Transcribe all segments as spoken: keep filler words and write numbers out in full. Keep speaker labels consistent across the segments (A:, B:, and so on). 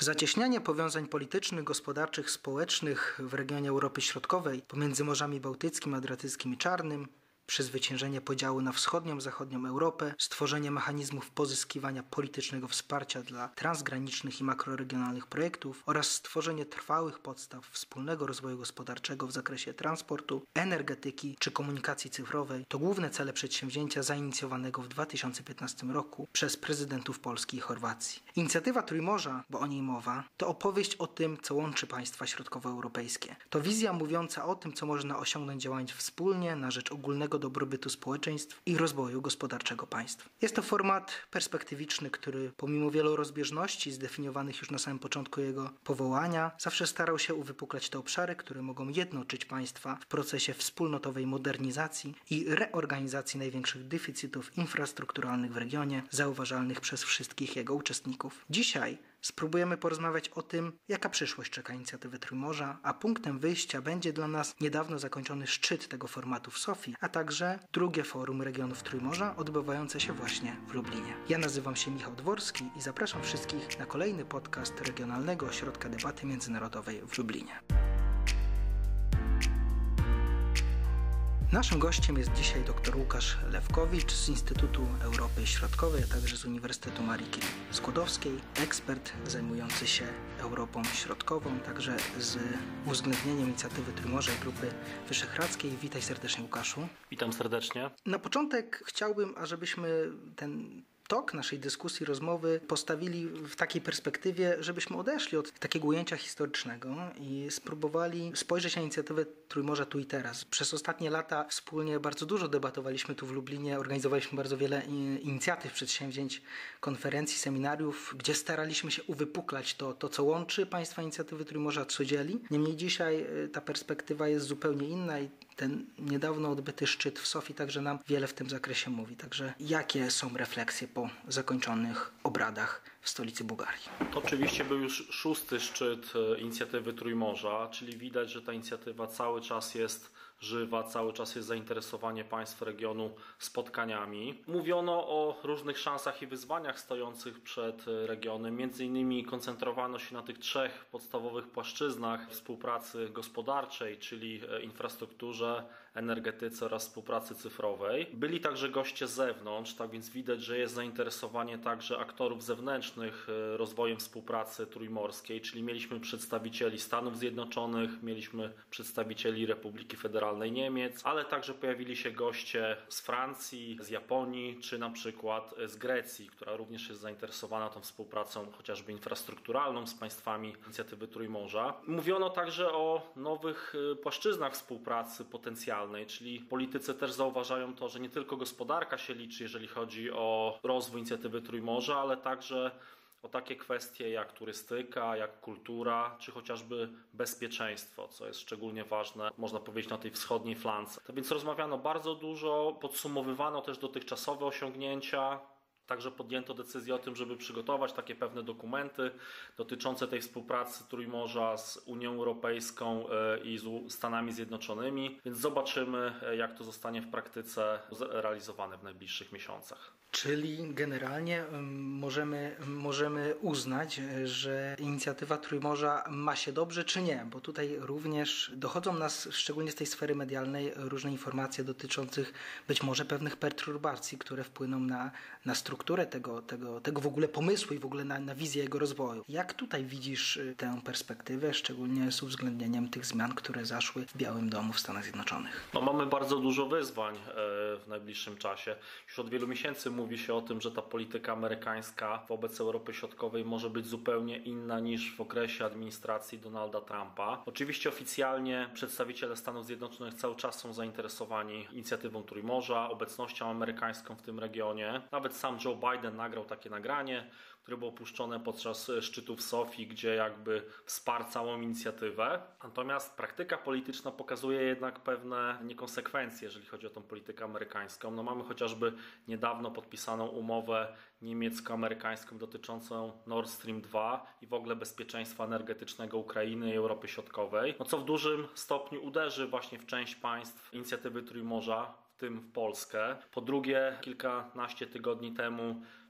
A: Zacieśnianie powiązań politycznych, gospodarczych, społecznych w regionie Europy Środkowej pomiędzy Morzami Bałtyckim, Adriatyckim i Czarnym, przezwyciężenie podziału na wschodnią, zachodnią Europę, stworzenie mechanizmów pozyskiwania politycznego wsparcia dla transgranicznych i makroregionalnych projektów oraz stworzenie trwałych podstaw wspólnego rozwoju gospodarczego w zakresie transportu, energetyki czy komunikacji cyfrowej to główne cele przedsięwzięcia zainicjowanego w dwa tysiące piętnastym roku przez prezydentów Polski i Chorwacji. Inicjatywa Trójmorza, bo o niej mowa, to opowieść o tym, co łączy państwa środkowoeuropejskie. To wizja mówiąca o tym, co można osiągnąć działając wspólnie na rzecz ogólnego dobrobytu społeczeństw i rozwoju gospodarczego państw. Jest to format perspektywiczny, który pomimo wielu rozbieżności zdefiniowanych już na samym początku jego powołania, zawsze starał się uwypuklać te obszary, które mogą jednoczyć państwa w procesie wspólnotowej modernizacji i reorganizacji największych deficytów infrastrukturalnych w regionie, zauważalnych przez wszystkich jego uczestników. Dzisiaj spróbujemy porozmawiać o tym, jaka przyszłość czeka inicjatywy Trójmorza, a punktem wyjścia będzie dla nas niedawno zakończony szczyt tego formatu w Sofii, a także drugie forum regionów Trójmorza odbywające się właśnie w Lublinie. Ja nazywam się Michał Dworski i zapraszam wszystkich na kolejny podcast Regionalnego Ośrodka Debaty Międzynarodowej w Lublinie. Naszym gościem jest dzisiaj dr Łukasz Lewkowicz z Instytutu Europy Środkowej, a także z Uniwersytetu Marii Curie-Skłodowskiej, ekspert zajmujący się Europą Środkową, także z uwzględnieniem inicjatywy Trójmorza i Grupy Wyszehradzkiej. Witaj serdecznie, Łukaszu.
B: Witam serdecznie.
A: Na początek chciałbym, ażebyśmy ten tok naszej dyskusji, rozmowy postawili w takiej perspektywie, żebyśmy odeszli od takiego ujęcia historycznego i spróbowali spojrzeć na inicjatywę Trójmorza tu i teraz. Przez ostatnie lata wspólnie bardzo dużo debatowaliśmy tu w Lublinie, organizowaliśmy bardzo wiele inicjatyw, przedsięwzięć, konferencji, seminariów, gdzie staraliśmy się uwypuklać to, to co łączy państwa inicjatywy Trójmorza, co dzieli. Niemniej dzisiaj ta perspektywa jest zupełnie inna i ten niedawno odbyty szczyt w Sofii także nam wiele w tym zakresie mówi. Także jakie są refleksje po zakończonych obradach w stolicy Bułgarii?
B: To oczywiście był już szósty szczyt inicjatywy Trójmorza, czyli widać, że ta inicjatywa cały czas jest żywa, cały czas jest zainteresowanie państw regionu spotkaniami. Mówiono o różnych szansach i wyzwaniach stojących przed regionem. Między innymi koncentrowano się na tych trzech podstawowych płaszczyznach współpracy gospodarczej, czyli infrastrukturze, energetyce oraz współpracy cyfrowej. Byli także goście z zewnątrz, tak więc widać, że jest zainteresowanie także aktorów zewnętrznych rozwojem współpracy trójmorskiej, czyli mieliśmy przedstawicieli Stanów Zjednoczonych, mieliśmy przedstawicieli Republiki Federalnej Niemiec, ale także pojawili się goście z Francji, z Japonii, czy na przykład z Grecji, która również jest zainteresowana tą współpracą chociażby infrastrukturalną z państwami inicjatywy Trójmorza. Mówiono także o nowych płaszczyznach współpracy potencjalnej, czyli politycy też zauważają to, że nie tylko gospodarka się liczy, jeżeli chodzi o rozwój inicjatywy Trójmorza, ale także o takie kwestie jak turystyka, jak kultura, czy chociażby bezpieczeństwo, co jest szczególnie ważne, można powiedzieć, na tej wschodniej flance. To więc rozmawiano bardzo dużo, podsumowywano też dotychczasowe osiągnięcia. Także podjęto decyzję o tym, żeby przygotować takie pewne dokumenty dotyczące tej współpracy Trójmorza z Unią Europejską i z Stanami Zjednoczonymi, więc zobaczymy, jak to zostanie w praktyce realizowane w najbliższych miesiącach.
A: Czyli generalnie możemy, możemy uznać, że inicjatywa Trójmorza ma się dobrze, czy nie, bo tutaj również dochodzą nas, szczególnie z tej sfery medialnej, różne informacje dotyczących być może pewnych perturbacji, które wpłyną na, na strukturę tego, tego, tego w ogóle pomysłu i w ogóle na, na wizję jego rozwoju. Jak tutaj widzisz tę perspektywę, szczególnie z uwzględnieniem tych zmian, które zaszły w Białym Domu w Stanach Zjednoczonych?
B: No, mamy bardzo dużo wyzwań w najbliższym czasie. Już od wielu miesięcy mówi się o tym, że ta polityka amerykańska wobec Europy Środkowej może być zupełnie inna niż w okresie administracji Donalda Trumpa. Oczywiście oficjalnie przedstawiciele Stanów Zjednoczonych cały czas są zainteresowani inicjatywą Trójmorza, obecnością amerykańską w tym regionie. Nawet sam Joe Biden nagrał takie nagranie, które było puszczone podczas szczytu w Sofii, gdzie jakby wsparł całą inicjatywę. Natomiast praktyka polityczna pokazuje jednak pewne niekonsekwencje, jeżeli chodzi o tą politykę amerykańską. No mamy chociażby niedawno podpisaną umowę niemiecko-amerykańską dotyczącą Nord Stream dwa i w ogóle bezpieczeństwa energetycznego Ukrainy i Europy Środkowej, no co w dużym stopniu uderzy właśnie w część państw inicjatywy Trójmorza, w tym w Polskę. Po drugie, kilkanaście tygodni temu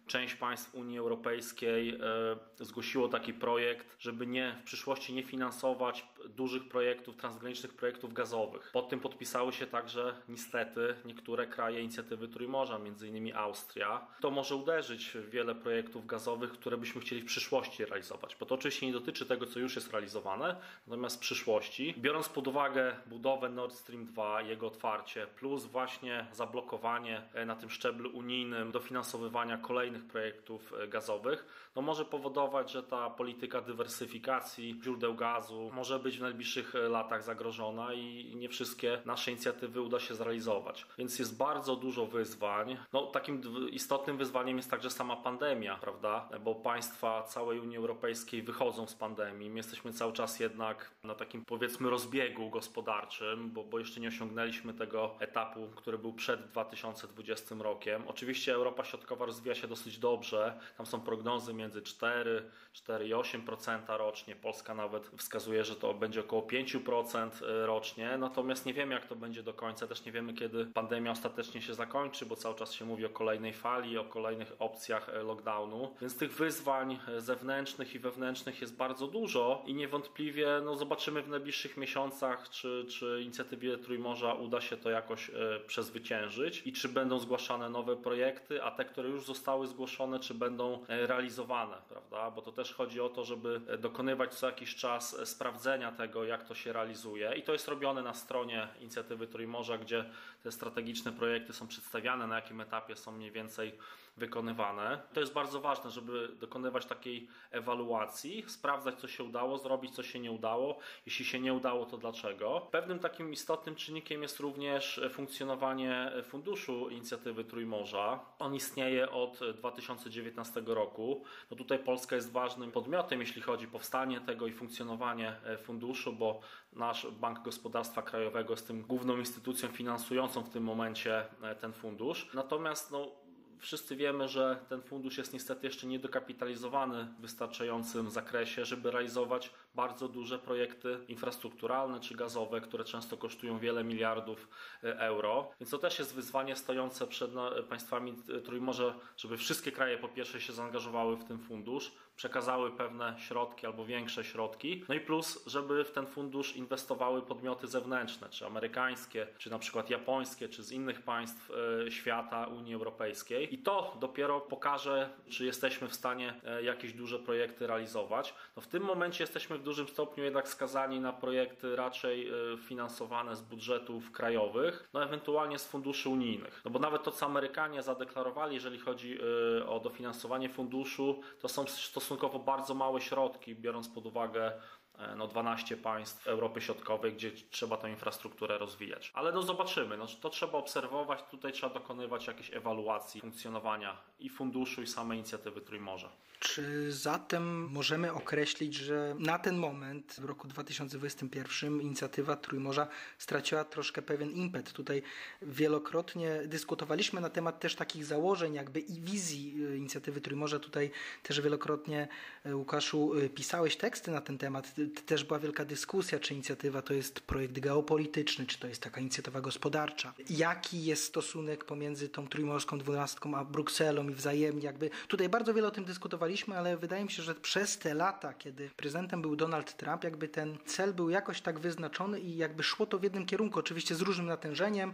B: część państw Unii Europejskiej zgłosiło taki projekt, żeby nie w przyszłości nie finansować dużych projektów, transgranicznych projektów gazowych. Pod tym podpisały się także niestety niektóre kraje inicjatywy Trójmorza, między innymi Austria. To może uderzyć w wiele projektów gazowych, które byśmy chcieli w przyszłości realizować, bo to oczywiście nie dotyczy tego, co już jest realizowane, natomiast w przyszłości, biorąc pod uwagę budowę Nord Stream dwa, jego otwarcie, plus właśnie zablokowanie na tym szczeblu unijnym dofinansowywania kolejnych projektów gazowych, no może powodować, że ta polityka dywersyfikacji źródeł gazu może być w najbliższych latach zagrożona i nie wszystkie nasze inicjatywy uda się zrealizować. Więc jest bardzo dużo wyzwań. No, takim istotnym wyzwaniem jest także sama pandemia, prawda? Bo państwa całej Unii Europejskiej wychodzą z pandemii. My jesteśmy cały czas jednak na takim, powiedzmy, rozbiegu gospodarczym, bo, bo jeszcze nie osiągnęliśmy tego etapu, który był przed dwa tysiące dwudziestym rokiem. Oczywiście Europa Środkowa rozwija się dosyć dobrze. Tam są prognozy między cztery, cztery i osiem procent rocznie. Polska nawet wskazuje, że to będzie około pięć procent rocznie. Natomiast nie wiemy, jak to będzie do końca. Też nie wiemy, kiedy pandemia ostatecznie się zakończy, bo cały czas się mówi o kolejnej fali, o kolejnych opcjach lockdownu. Więc tych wyzwań zewnętrznych i wewnętrznych jest bardzo dużo i niewątpliwie no, zobaczymy w najbliższych miesiącach, czy, czy inicjatywie Trójmorza uda się to jakoś przezwyciężyć i czy będą zgłaszane nowe projekty, a te, które już zostały zgłoszone, czy będą realizowane, prawda? Bo to też chodzi o to, żeby dokonywać co jakiś czas sprawdzenia tego, jak to się realizuje i to jest robione na stronie inicjatywy Trójmorza, gdzie te strategiczne projekty są przedstawiane, na jakim etapie są mniej więcej wykonywane. To jest bardzo ważne, żeby dokonywać takiej ewaluacji, sprawdzać, co się udało zrobić, co się nie udało. Jeśli się nie udało, to dlaczego. Pewnym takim istotnym czynnikiem jest również funkcjonowanie Funduszu Inicjatywy Trójmorza. On istnieje od dwa tysiące dziewiętnastego roku. No tutaj Polska jest ważnym podmiotem, jeśli chodzi o powstanie tego i funkcjonowanie funduszu, bo nasz Bank Gospodarstwa Krajowego jest tym główną instytucją finansującą w tym momencie ten fundusz. Natomiast no, wszyscy wiemy, że ten fundusz jest niestety jeszcze niedokapitalizowany w wystarczającym zakresie, żeby realizować bardzo duże projekty infrastrukturalne czy gazowe, które często kosztują wiele miliardów euro. Więc to też jest wyzwanie stojące przed państwami Trójmorza, żeby wszystkie kraje po pierwsze się zaangażowały w ten fundusz, przekazały pewne środki albo większe środki, no i plus, żeby w ten fundusz inwestowały podmioty zewnętrzne, czy amerykańskie, czy na przykład japońskie, czy z innych państw świata, Unii Europejskiej. I to dopiero pokaże, czy jesteśmy w stanie jakieś duże projekty realizować. No w tym momencie jesteśmy w dużym stopniu jednak skazani na projekty raczej finansowane z budżetów krajowych, no ewentualnie z funduszy unijnych. No bo nawet to, co Amerykanie zadeklarowali, jeżeli chodzi o dofinansowanie funduszu, to są stosunkowo bardzo małe środki, biorąc pod uwagę no dwanaście państw Europy Środkowej, gdzie trzeba tę infrastrukturę rozwijać. Ale no zobaczymy, no, to trzeba obserwować, tutaj trzeba dokonywać jakiejś ewaluacji funkcjonowania i funduszu, i samej inicjatywy Trójmorza.
A: Czy zatem możemy określić, że na ten moment w roku dwa tysiące dwudziestym pierwszym inicjatywa Trójmorza straciła troszkę pewien impet? Tutaj wielokrotnie dyskutowaliśmy na temat też takich założeń jakby i wizji inicjatywy Trójmorza. Tutaj też wielokrotnie, Łukaszu, pisałeś teksty na ten temat. Też była wielka dyskusja, czy inicjatywa to jest projekt geopolityczny, czy to jest taka inicjatywa gospodarcza. Jaki jest stosunek pomiędzy tą trójmorską dwunastką a Brukselą i wzajemnie? Jakby tutaj bardzo wiele o tym dyskutowaliśmy, ale wydaje mi się, że przez te lata, kiedy prezydentem był Donald Trump, jakby ten cel był jakoś tak wyznaczony i jakby szło to w jednym kierunku, oczywiście z różnym natężeniem,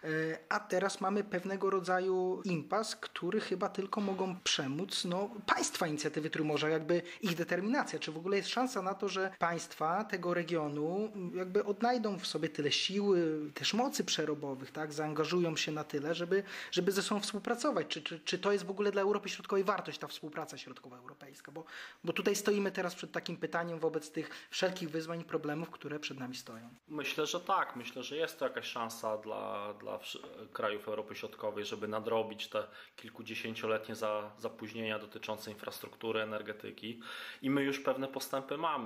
A: a teraz mamy pewnego rodzaju impas, który chyba tylko mogą przemóc no, państwa inicjatywy Trójmorza, jakby ich determinacja. Czy w ogóle jest szansa na to, że państwa tego regionu jakby odnajdą w sobie tyle siły, też mocy przerobowych, tak, zaangażują się na tyle, żeby, żeby ze sobą współpracować. Czy, czy, czy to jest w ogóle dla Europy Środkowej wartość, ta współpraca środkowa europejska? Bo, bo tutaj stoimy teraz przed takim pytaniem wobec tych wszelkich wyzwań i problemów, które przed nami stoją.
B: Myślę, że tak. Myślę, że jest to jakaś szansa dla, dla krajów Europy Środkowej, żeby nadrobić te kilkudziesięcioletnie za, zapóźnienia dotyczące infrastruktury, energetyki. I my już pewne postępy mamy. Jest wiele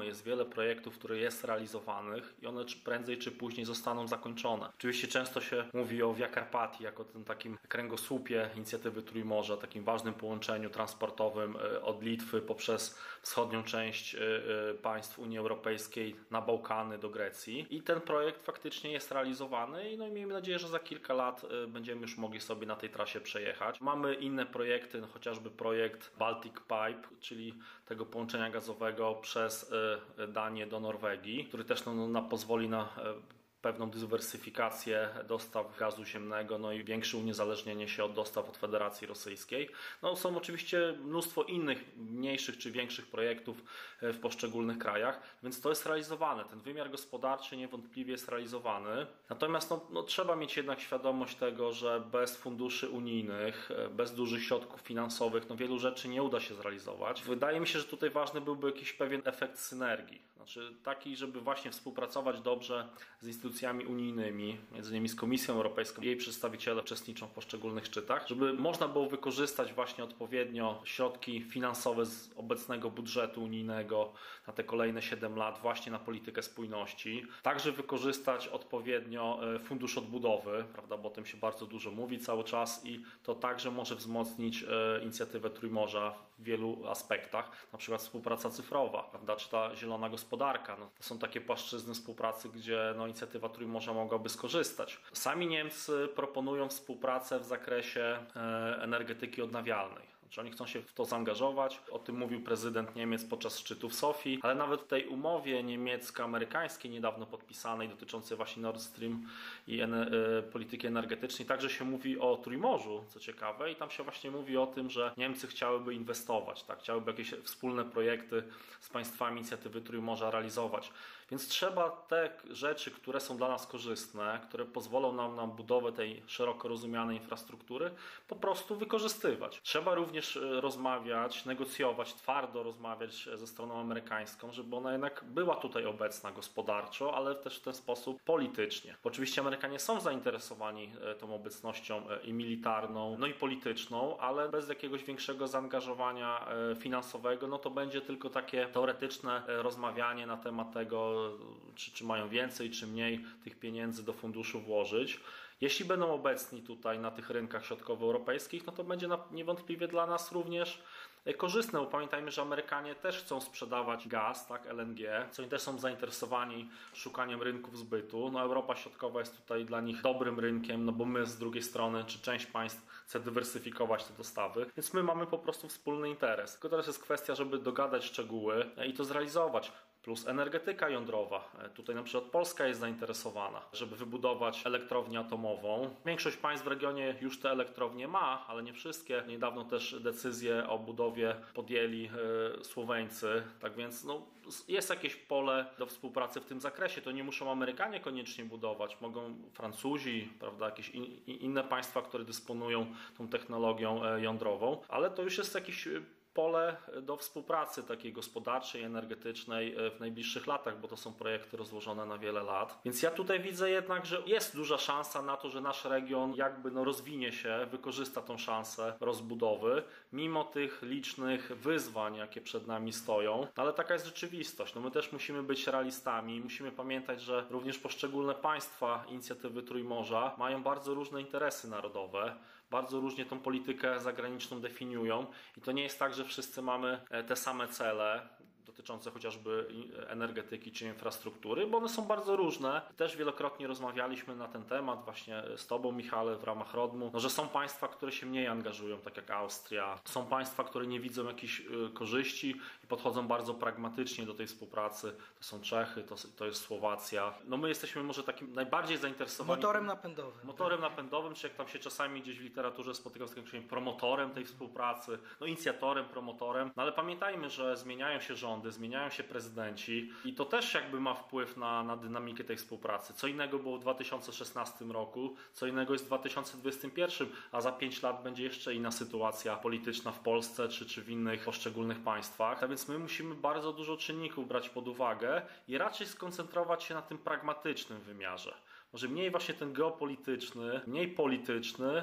B: projektów, które jest realizowanych i one prędzej czy później zostaną zakończone. Oczywiście często się mówi o Via Carpatii jako tym takim kręgosłupie inicjatywy Trójmorza, takim ważnym połączeniu transportowym od Litwy poprzez wschodnią część państw Unii Europejskiej na Bałkany do Grecji. I ten projekt faktycznie jest realizowany i no, miejmy nadzieję, że za kilka lat będziemy już mogli sobie na tej trasie przejechać. Mamy inne projekty, no, chociażby projekt Baltic Pipe, czyli tego połączenia gazowego przez Danię do Norwegii, który też no, no, pozwoli na pewną dywersyfikację dostaw gazu ziemnego, no i większe uniezależnienie się od dostaw od Federacji Rosyjskiej. No, są oczywiście mnóstwo innych, mniejszych czy większych projektów w poszczególnych krajach, więc to jest realizowane. Ten wymiar gospodarczy niewątpliwie jest realizowany. Natomiast no, no, trzeba mieć jednak świadomość tego, że bez funduszy unijnych, bez dużych środków finansowych, no, wielu rzeczy nie uda się zrealizować. Wydaje mi się, że tutaj ważny byłby jakiś pewien efekt synergii. Znaczy taki, żeby właśnie współpracować dobrze z instytucjami unijnymi, między innymi z Komisją Europejską, jej przedstawiciele uczestniczą w poszczególnych szczytach, żeby można było wykorzystać właśnie odpowiednio środki finansowe z obecnego budżetu unijnego na te kolejne siedem lat właśnie na politykę spójności. Także wykorzystać odpowiednio fundusz odbudowy, prawda, bo o tym się bardzo dużo mówi cały czas i to także może wzmocnić inicjatywę Trójmorza w wielu aspektach, na przykład współpraca cyfrowa, prawda, czy ta zielona gospodarka. No, to są takie płaszczyzny współpracy, gdzie no, inicjatywa Trójmorza mogłaby skorzystać. Sami Niemcy proponują współpracę w zakresie e, energetyki odnawialnej. Znaczy oni chcą się w to zaangażować. O tym mówił prezydent Niemiec podczas szczytu w Sofii, ale nawet w tej umowie niemiecko-amerykańskiej niedawno podpisanej dotyczącej właśnie Nord Stream i ene- polityki energetycznej także się mówi o Trójmorzu, co ciekawe, i tam się właśnie mówi o tym, że Niemcy chciałyby inwestować, tak? Chciałyby jakieś wspólne projekty z państwami inicjatywy Trójmorza realizować. Więc trzeba te rzeczy, które są dla nas korzystne, które pozwolą nam na budowę tej szeroko rozumianej infrastruktury, po prostu wykorzystywać. Trzeba również rozmawiać, negocjować, twardo rozmawiać ze stroną amerykańską, żeby ona jednak była tutaj obecna gospodarczo, ale też w ten sposób politycznie. Bo oczywiście Amerykanie są zainteresowani tą obecnością i militarną, no i polityczną, ale bez jakiegoś większego zaangażowania finansowego, no to będzie tylko takie teoretyczne rozmawianie na temat tego, czy, czy mają więcej, czy mniej tych pieniędzy do funduszu włożyć. Jeśli będą obecni tutaj na tych rynkach środkowoeuropejskich, no to będzie niewątpliwie dla nas również korzystne, bo pamiętajmy, że Amerykanie też chcą sprzedawać gaz, tak, L N G, co oni też są zainteresowani szukaniem rynków zbytu. No, Europa Środkowa jest tutaj dla nich dobrym rynkiem, no bo my z drugiej strony, czy część państw chce dywersyfikować te dostawy, więc my mamy po prostu wspólny interes. Tylko teraz jest kwestia, żeby dogadać szczegóły i to zrealizować. Plus energetyka jądrowa. Tutaj na przykład Polska jest zainteresowana, żeby wybudować elektrownię atomową. Większość państw w regionie już te elektrownie ma, ale nie wszystkie. Niedawno też decyzję o budowie podjęli Słoweńcy. Tak więc no, jest jakieś pole do współpracy w tym zakresie. To nie muszą Amerykanie koniecznie budować. Mogą Francuzi, prawda, jakieś in, inne państwa, które dysponują tą technologią jądrową, ale to już jest jakiś pole do współpracy takiej gospodarczej, energetycznej w najbliższych latach, bo to są projekty rozłożone na wiele lat. Więc ja tutaj widzę jednak, że jest duża szansa na to, że nasz region jakby no rozwinie się, wykorzysta tą szansę rozbudowy, mimo tych licznych wyzwań, jakie przed nami stoją. No ale taka jest rzeczywistość. No my też musimy być realistami, musimy pamiętać, że również poszczególne państwa inicjatywy Trójmorza mają bardzo różne interesy narodowe, bardzo różnie tą politykę zagraniczną definiują i to nie jest tak, że wszyscy mamy te same cele dotyczące chociażby energetyki czy infrastruktury, bo one są bardzo różne. Też wielokrotnie rozmawialiśmy na ten temat właśnie z Tobą, Michale, w ramach Rodmu, no, że są państwa, które się mniej angażują, tak jak Austria. Są państwa, które nie widzą jakichś korzyści i podchodzą bardzo pragmatycznie do tej współpracy. To są Czechy, to, to jest Słowacja. No my jesteśmy może takim najbardziej zainteresowani...
A: Motorem napędowym.
B: Motorem napędowym, czy jak tam się czasami gdzieś w literaturze spotykam z jakimś promotorem tej współpracy, no inicjatorem, promotorem. No ale pamiętajmy, że zmieniają się rządy, zmieniają się prezydenci i to też jakby ma wpływ na, na dynamikę tej współpracy. Co innego było w dwa tysiące szesnastym roku, co innego jest w dwa tysiące dwudziestym pierwszym, a za pięć lat będzie jeszcze inna sytuacja polityczna w Polsce czy, czy w innych poszczególnych państwach. A więc my musimy bardzo dużo czynników brać pod uwagę i raczej skoncentrować się na tym pragmatycznym wymiarze. Może mniej właśnie ten geopolityczny, mniej polityczny,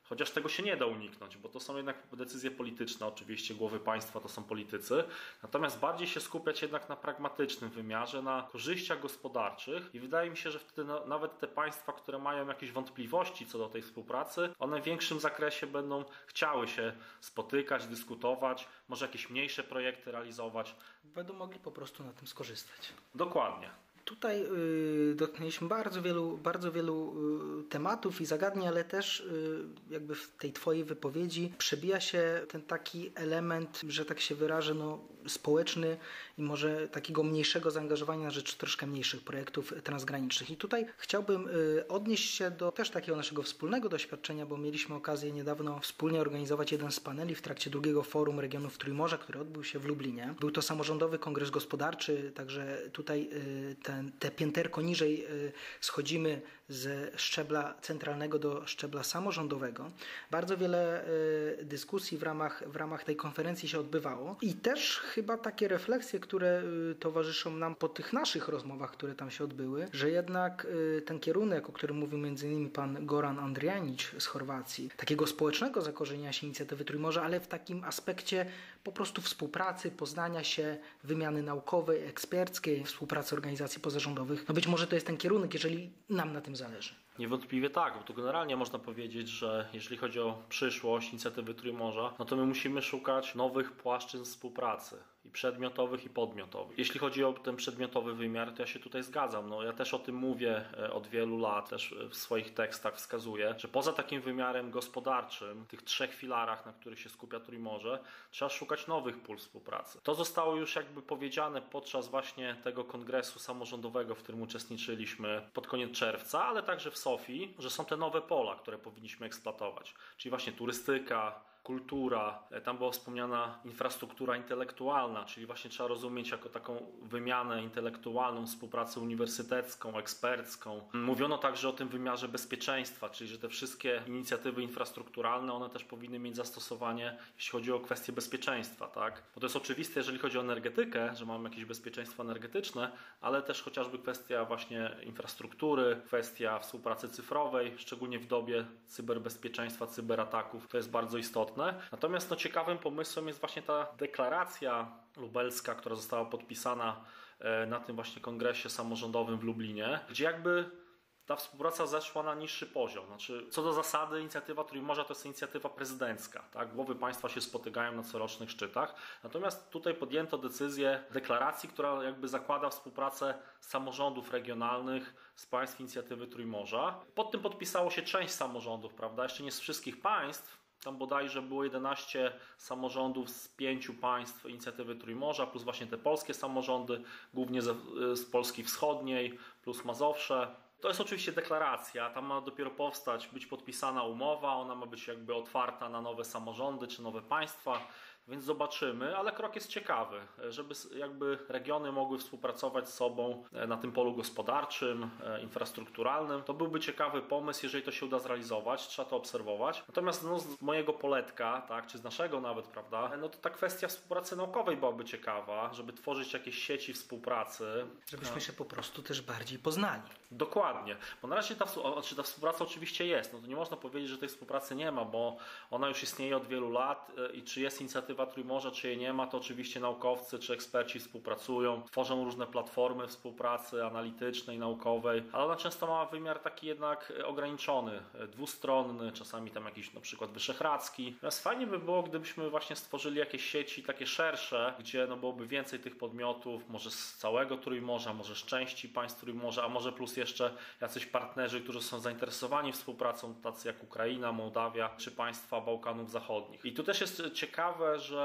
B: chociaż tego się nie da uniknąć, bo to są jednak decyzje polityczne, oczywiście głowy państwa to są politycy, natomiast bardziej się skupiać jednak na pragmatycznym wymiarze, na korzyściach gospodarczych i wydaje mi się, że wtedy nawet te państwa, które mają jakieś wątpliwości co do tej współpracy, one w większym zakresie będą chciały się spotykać, dyskutować, może jakieś mniejsze projekty realizować.
A: Będą mogli po prostu na tym skorzystać.
B: Dokładnie.
A: Tutaj y, dotknęliśmy bardzo wielu, bardzo wielu y, tematów i zagadnień, ale też y, jakby w tej twojej wypowiedzi przebija się ten taki element, że tak się wyrażę, no, społeczny i może takiego mniejszego zaangażowania na rzecz troszkę mniejszych projektów transgranicznych. I tutaj chciałbym y, odnieść się do też takiego naszego wspólnego doświadczenia, bo mieliśmy okazję niedawno wspólnie organizować jeden z paneli w trakcie drugiego forum regionów Trójmorza, który odbył się w Lublinie. Był to samorządowy kongres gospodarczy, także tutaj y, ten te pięterko niżej schodzimy ze szczebla centralnego do szczebla samorządowego. Bardzo wiele dyskusji w ramach, w ramach tej konferencji się odbywało i też chyba takie refleksje, które towarzyszą nam po tych naszych rozmowach, które tam się odbyły, że jednak ten kierunek, o którym mówił między innymi pan Goran Andrijanić z Chorwacji, takiego społecznego zakorzenienia się inicjatywy Trójmorza, ale w takim aspekcie po prostu współpracy, poznania się, wymiany naukowej, eksperckiej, współpracy organizacji pozarządowych. No być może to jest ten kierunek, jeżeli nam na tym zależy.
B: Niewątpliwie tak, bo tu generalnie można powiedzieć, że jeżeli chodzi o przyszłość inicjatywy Trójmorza, no to my musimy szukać nowych płaszczyzn współpracy. I przedmiotowych, i podmiotowych. Jeśli chodzi o ten przedmiotowy wymiar, to ja się tutaj zgadzam. No, ja też o tym mówię od wielu lat, też w swoich tekstach wskazuję, że poza takim wymiarem gospodarczym, tych trzech filarach, na których się skupia Trójmorze, trzeba szukać nowych pól współpracy. To zostało już jakby powiedziane podczas właśnie tego kongresu samorządowego, w którym uczestniczyliśmy pod koniec czerwca, ale także w Sofii, że są te nowe pola, które powinniśmy eksploatować. Czyli właśnie turystyka, kultura, tam była wspomniana infrastruktura intelektualna, czyli właśnie trzeba rozumieć jako taką wymianę intelektualną, współpracę uniwersytecką, ekspercką. Mówiono także o tym wymiarze bezpieczeństwa, czyli że te wszystkie inicjatywy infrastrukturalne, one też powinny mieć zastosowanie, jeśli chodzi o kwestie bezpieczeństwa, tak? Bo to jest oczywiste, jeżeli chodzi o energetykę, że mamy jakieś bezpieczeństwo energetyczne, ale też chociażby kwestia właśnie infrastruktury, kwestia współpracy cyfrowej, szczególnie w dobie cyberbezpieczeństwa, cyberataków, to jest bardzo istotne. Natomiast no, ciekawym pomysłem jest właśnie ta deklaracja lubelska, która została podpisana na tym właśnie kongresie samorządowym w Lublinie, gdzie jakby ta współpraca zeszła na niższy poziom. Znaczy, co do zasady inicjatywa Trójmorza to jest inicjatywa prezydencka. Tak? Głowy państwa się spotykają na corocznych szczytach. Natomiast tutaj podjęto decyzję deklaracji, która jakby zakłada współpracę samorządów regionalnych z państw inicjatywy Trójmorza. Pod tym podpisało się część samorządów, prawda? Jeszcze nie z wszystkich państw. Tam bodajże było jedenaście samorządów z pięciu państw inicjatywy Trójmorza, plus właśnie te polskie samorządy, głównie z, z Polski Wschodniej, plus Mazowsze. To jest oczywiście deklaracja, tam ma dopiero powstać, być podpisana umowa, ona ma być jakby otwarta na nowe samorządy czy nowe państwa, więc zobaczymy, ale krok jest ciekawy, żeby jakby regiony mogły współpracować z sobą na tym polu gospodarczym, infrastrukturalnym. To byłby ciekawy pomysł, jeżeli to się uda zrealizować, trzeba to obserwować. Natomiast no, z mojego poletka, tak, czy z naszego nawet, prawda, no to ta kwestia współpracy naukowej byłaby ciekawa, żeby tworzyć jakieś sieci współpracy.
A: Żebyśmy się po prostu też bardziej poznali.
B: Dokładnie, bo na razie ta, czy ta współpraca oczywiście jest, no to nie można powiedzieć, że tej współpracy nie ma, bo ona już istnieje od wielu lat i czy jest inicjatywa Trójmorza, czy jej nie ma, to oczywiście naukowcy czy eksperci współpracują, tworzą różne platformy współpracy analitycznej, naukowej, ale ona często ma wymiar taki jednak ograniczony, dwustronny, czasami tam jakiś na przykład wyszehradzki. Natomiast fajnie by było, gdybyśmy właśnie stworzyli jakieś sieci takie szersze, gdzie no byłoby więcej tych podmiotów, może z całego Trójmorza, może z części państw Trójmorza, a może plus jeszcze jacyś partnerzy, którzy są zainteresowani współpracą, tacy jak Ukraina, Mołdawia czy państwa Bałkanów Zachodnich. I tu też jest ciekawe, że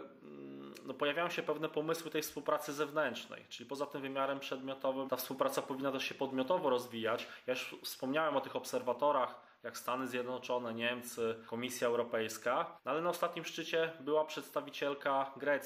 B: no, pojawiają się pewne pomysły tej współpracy zewnętrznej, czyli poza tym wymiarem przedmiotowym ta współpraca powinna też się podmiotowo rozwijać. Ja już wspomniałem o tych obserwatorach, jak Stany Zjednoczone, Niemcy, Komisja Europejska, no, ale na ostatnim szczycie była przedstawicielka Grecji.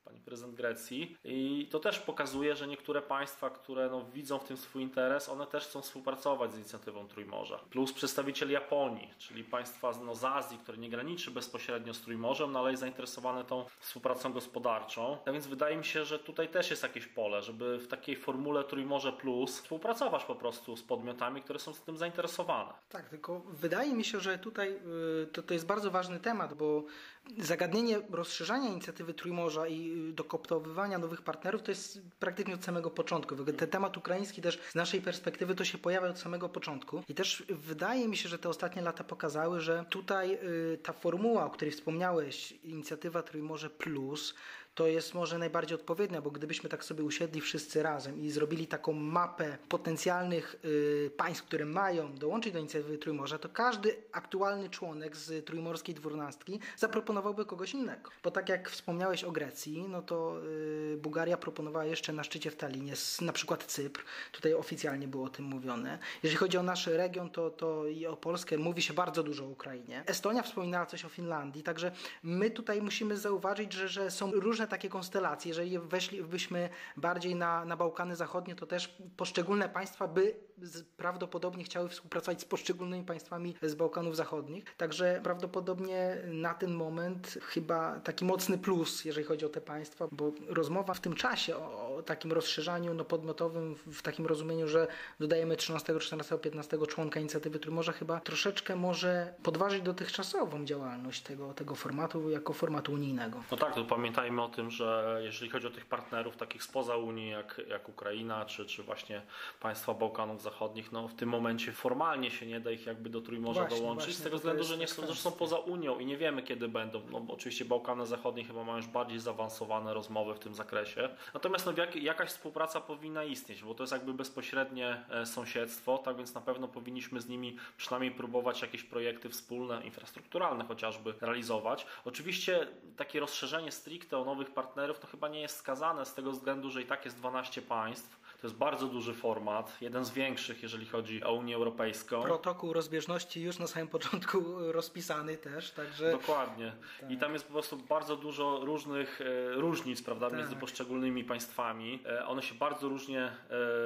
B: pani prezydent Grecji i to też pokazuje, że niektóre państwa, które no, widzą w tym swój interes, one też chcą współpracować z inicjatywą Trójmorza. Plus przedstawiciel Japonii, czyli państwa no, z Azji, które nie graniczy bezpośrednio z Trójmorzem, no, ale jest zainteresowane tą współpracą gospodarczą. Tak więc wydaje mi się, że tutaj też jest jakieś pole, żeby w takiej formule Trójmorze Plus współpracować po prostu z podmiotami, które są z tym zainteresowane.
A: Tak, tylko wydaje mi się, że tutaj to, to jest bardzo ważny temat, bo zagadnienie rozszerzania inicjatywy Trójmorza i dokoptowywania nowych partnerów to jest praktycznie od samego początku. Ten temat ukraiński też z naszej perspektywy to się pojawia od samego początku i też wydaje mi się, że te ostatnie lata pokazały, że tutaj ta formuła, o której wspomniałeś, inicjatywa Trójmorze Plus, to jest może najbardziej odpowiednia, bo gdybyśmy tak sobie usiedli wszyscy razem i zrobili taką mapę potencjalnych y, państw, które mają dołączyć do inicjatywy Trójmorza, to każdy aktualny członek z trójmorskiej dwunastki zaproponowałby kogoś innego. Bo tak jak wspomniałeś o Grecji, no to y, Bułgaria proponowała jeszcze na szczycie w Tallinie, na przykład Cypr, tutaj oficjalnie było o tym mówione. Jeżeli chodzi o nasz region, to, to i o Polskę mówi się bardzo dużo o Ukrainie. Estonia wspominała coś o Finlandii, także my tutaj musimy zauważyć, że, że są różne takie konstelacje. Jeżeli weszlibyśmy bardziej na, na Bałkany Zachodnie, to też poszczególne państwa by z, prawdopodobnie chciały współpracować z poszczególnymi państwami z Bałkanów Zachodnich. Także prawdopodobnie na ten moment chyba taki mocny plus, jeżeli chodzi o te państwa, bo rozmowa w tym czasie o, o takim rozszerzaniu no, podmiotowym w, w takim rozumieniu, że dodajemy trzynastego, czternastego, piętnastego członka inicjatywy Trójmorza chyba troszeczkę może podważyć dotychczasową działalność tego, tego formatu jako formatu unijnego.
B: No tak, to pamiętajmy o tym, że jeżeli chodzi o tych partnerów takich spoza Unii, jak, jak Ukraina, czy, czy właśnie państwa Bałkanów Zachodnich, no w tym momencie formalnie się nie da ich jakby do Trójmorza
A: właśnie,
B: dołączyć,
A: właśnie,
B: z tego względu, że nie są, że są poza Unią i nie wiemy kiedy będą. No oczywiście Bałkany Zachodnie chyba mają już bardziej zaawansowane rozmowy w tym zakresie. Natomiast no, jak, jakaś współpraca powinna istnieć, bo to jest jakby bezpośrednie sąsiedztwo, tak więc na pewno powinniśmy z nimi przynajmniej próbować jakieś projekty wspólne, infrastrukturalne chociażby realizować. Oczywiście takie rozszerzenie stricte o nowych partnerów to chyba nie jest skazane z tego względu, że i tak jest dwanaście państw. To jest bardzo duży format, jeden z większych, jeżeli chodzi o Unię Europejską.
A: Protokół rozbieżności już na samym początku rozpisany też, także...
B: Dokładnie.
A: Tak.
B: I tam jest po prostu bardzo dużo różnych e, różnic, prawda,
A: Tak.
B: między poszczególnymi państwami. E, one się bardzo różnie e,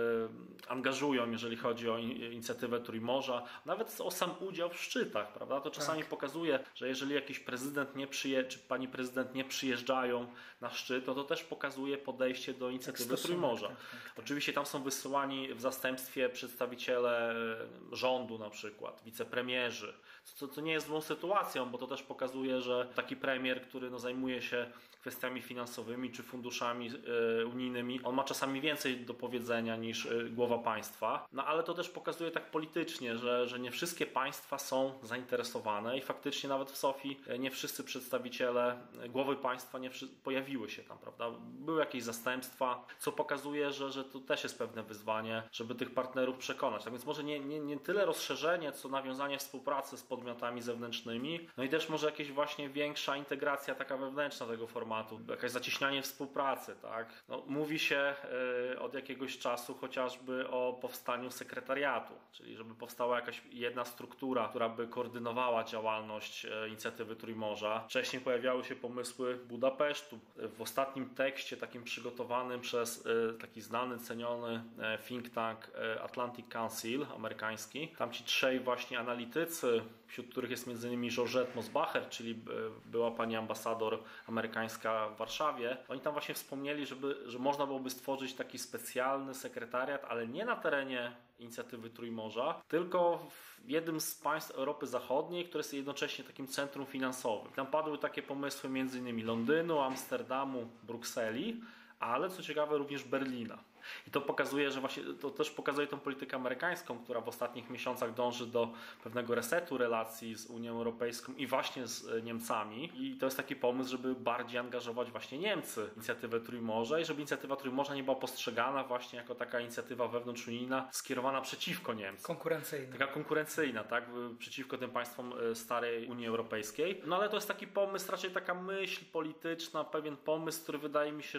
B: angażują, jeżeli chodzi o in, inicjatywę Trójmorza. Nawet o sam udział w szczytach, prawda? To czasami tak. pokazuje, że jeżeli jakiś prezydent nie przyje, czy pani prezydent nie przyjeżdżają na szczyt, to to też pokazuje podejście do inicjatywy tak, Trójmorza. Tak, tak, tak. Oczywiście tam są wysyłani w zastępstwie przedstawiciele rządu na przykład, wicepremierzy, co, co nie jest złą sytuacją, bo to też pokazuje, że taki premier, który no, zajmuje się kwestiami finansowymi czy funduszami y, unijnymi, on ma czasami więcej do powiedzenia niż y, głowa państwa, no ale to też pokazuje tak politycznie, że, że nie wszystkie państwa są zainteresowane i faktycznie nawet w Sofii nie wszyscy przedstawiciele głowy państwa nie wszyscy, pojawiły się tam, prawda? Były jakieś zastępstwa, co pokazuje, że, że to też jest pewne wyzwanie, żeby tych partnerów przekonać. Tak więc może nie, nie, nie tyle rozszerzenie, co nawiązanie współpracy z podmiotami zewnętrznymi, no i też może jakieś właśnie większa integracja taka wewnętrzna tego formatu, jakieś zacieśnianie współpracy, tak? No, mówi się y, od jakiegoś czasu chociażby o powstaniu sekretariatu, czyli żeby powstała jakaś jedna struktura, która by koordynowała działalność y, inicjatywy Trójmorza. Wcześniej pojawiały się pomysły Budapesztu. W ostatnim tekście takim przygotowanym przez y, taki znany, ceniony think tank Atlantic Council amerykański. Tam ci trzej właśnie analitycy, wśród których jest między innymi Georgette Mosbacher, czyli była pani ambasador amerykańska w Warszawie. Oni tam właśnie wspomnieli, żeby, że można byłoby stworzyć taki specjalny sekretariat, ale nie na terenie inicjatywy Trójmorza, tylko w jednym z państw Europy Zachodniej, które jest jednocześnie takim centrum finansowym. Tam padły takie pomysły między innymi Londynu, Amsterdamu, Brukseli, ale co ciekawe również Berlina. I to pokazuje, że właśnie to też pokazuje tą politykę amerykańską, która w ostatnich miesiącach dąży do pewnego resetu relacji z Unią Europejską i właśnie z Niemcami. I to jest taki pomysł, żeby bardziej angażować właśnie Niemcy w inicjatywę Trójmorza i żeby inicjatywa Trójmorza nie była postrzegana właśnie jako taka inicjatywa wewnątrzunijna skierowana przeciwko Niemcom.
A: Konkurencyjna.
B: Taka konkurencyjna, tak? Przeciwko tym państwom starej Unii Europejskiej. No ale to jest taki pomysł, raczej taka myśl polityczna, pewien pomysł, który wydaje mi się, że w najbliższym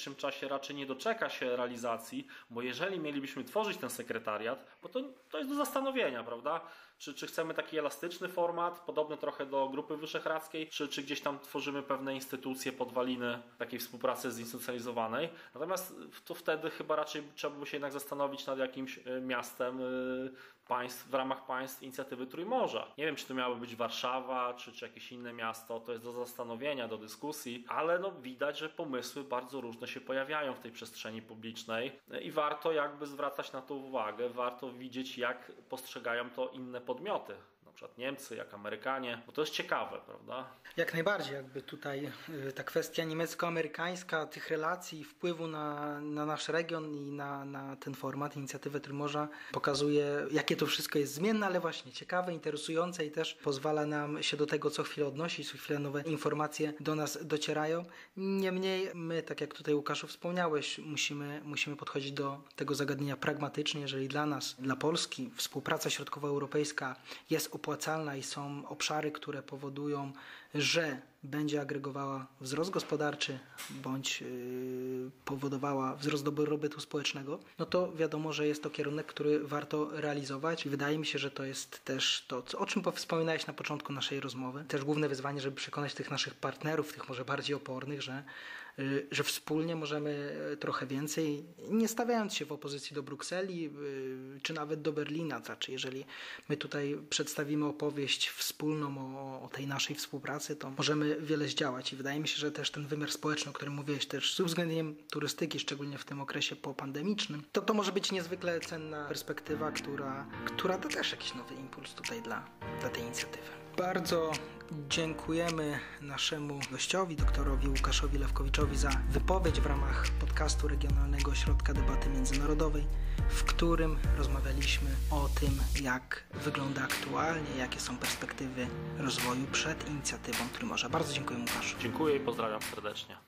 B: najbliższym czasie raczej nie doczeka się realizacji, bo jeżeli mielibyśmy tworzyć ten sekretariat, bo to, to jest do zastanowienia, prawda? Czy, czy chcemy taki elastyczny format, podobny trochę do Grupy Wyszehradzkiej, czy, czy gdzieś tam tworzymy pewne instytucje, podwaliny takiej współpracy zinstytucjonalizowanej. Natomiast to wtedy chyba raczej trzeba by się jednak zastanowić nad jakimś miastem państw, w ramach państw inicjatywy Trójmorza. Nie wiem, czy to miało być Warszawa, czy, czy jakieś inne miasto, to jest do zastanowienia, do dyskusji, ale no widać, że pomysły bardzo różne się pojawiają w tej przestrzeni publicznej i warto jakby zwracać na to uwagę, warto widzieć, jak postrzegają to inne podmioty. Na przykład Niemcy, jak Amerykanie, bo to jest ciekawe, prawda?
A: Jak najbardziej, jakby tutaj ta kwestia niemiecko-amerykańska, tych relacji, wpływu na, na nasz region i na, na ten format, inicjatywę Trójmorza pokazuje, jakie to wszystko jest zmienne, ale właśnie ciekawe, interesujące i też pozwala nam się do tego co chwilę odnosić, co chwilę nowe informacje do nas docierają. Niemniej my, tak jak tutaj Łukaszu wspomniałeś, musimy, musimy podchodzić do tego zagadnienia pragmatycznie, jeżeli dla nas, dla Polski współpraca środkowoeuropejska jest opłacalna i są obszary, które powodują, że będzie agregowała wzrost gospodarczy bądź yy, powodowała wzrost dobrobytu społecznego, no to wiadomo, że jest to kierunek, który warto realizować i wydaje mi się, że to jest też to, o czym wspominałeś na początku naszej rozmowy. Też główne wyzwanie, żeby przekonać tych naszych partnerów, tych może bardziej opornych, że że wspólnie możemy trochę więcej, nie stawiając się w opozycji do Brukseli czy nawet do Berlina. Znaczy, jeżeli my tutaj przedstawimy opowieść wspólną o, o tej naszej współpracy, to możemy wiele zdziałać i wydaje mi się, że też ten wymiar społeczny, o którym mówiłeś też z uwzględnieniem turystyki, szczególnie w tym okresie popandemicznym, to to może być niezwykle cenna perspektywa, która, która da też jakiś nowy impuls tutaj dla, dla tej inicjatywy. Bardzo dziękujemy naszemu gościowi, doktorowi Łukaszowi Lewkowiczowi, za wypowiedź w ramach podcastu Regionalnego Ośrodka Debaty Międzynarodowej, w którym rozmawialiśmy o tym, jak wygląda aktualnie, jakie są perspektywy rozwoju przed inicjatywą Trójmorza. Bardzo dziękuję, Łukaszu.
B: Dziękuję i pozdrawiam serdecznie.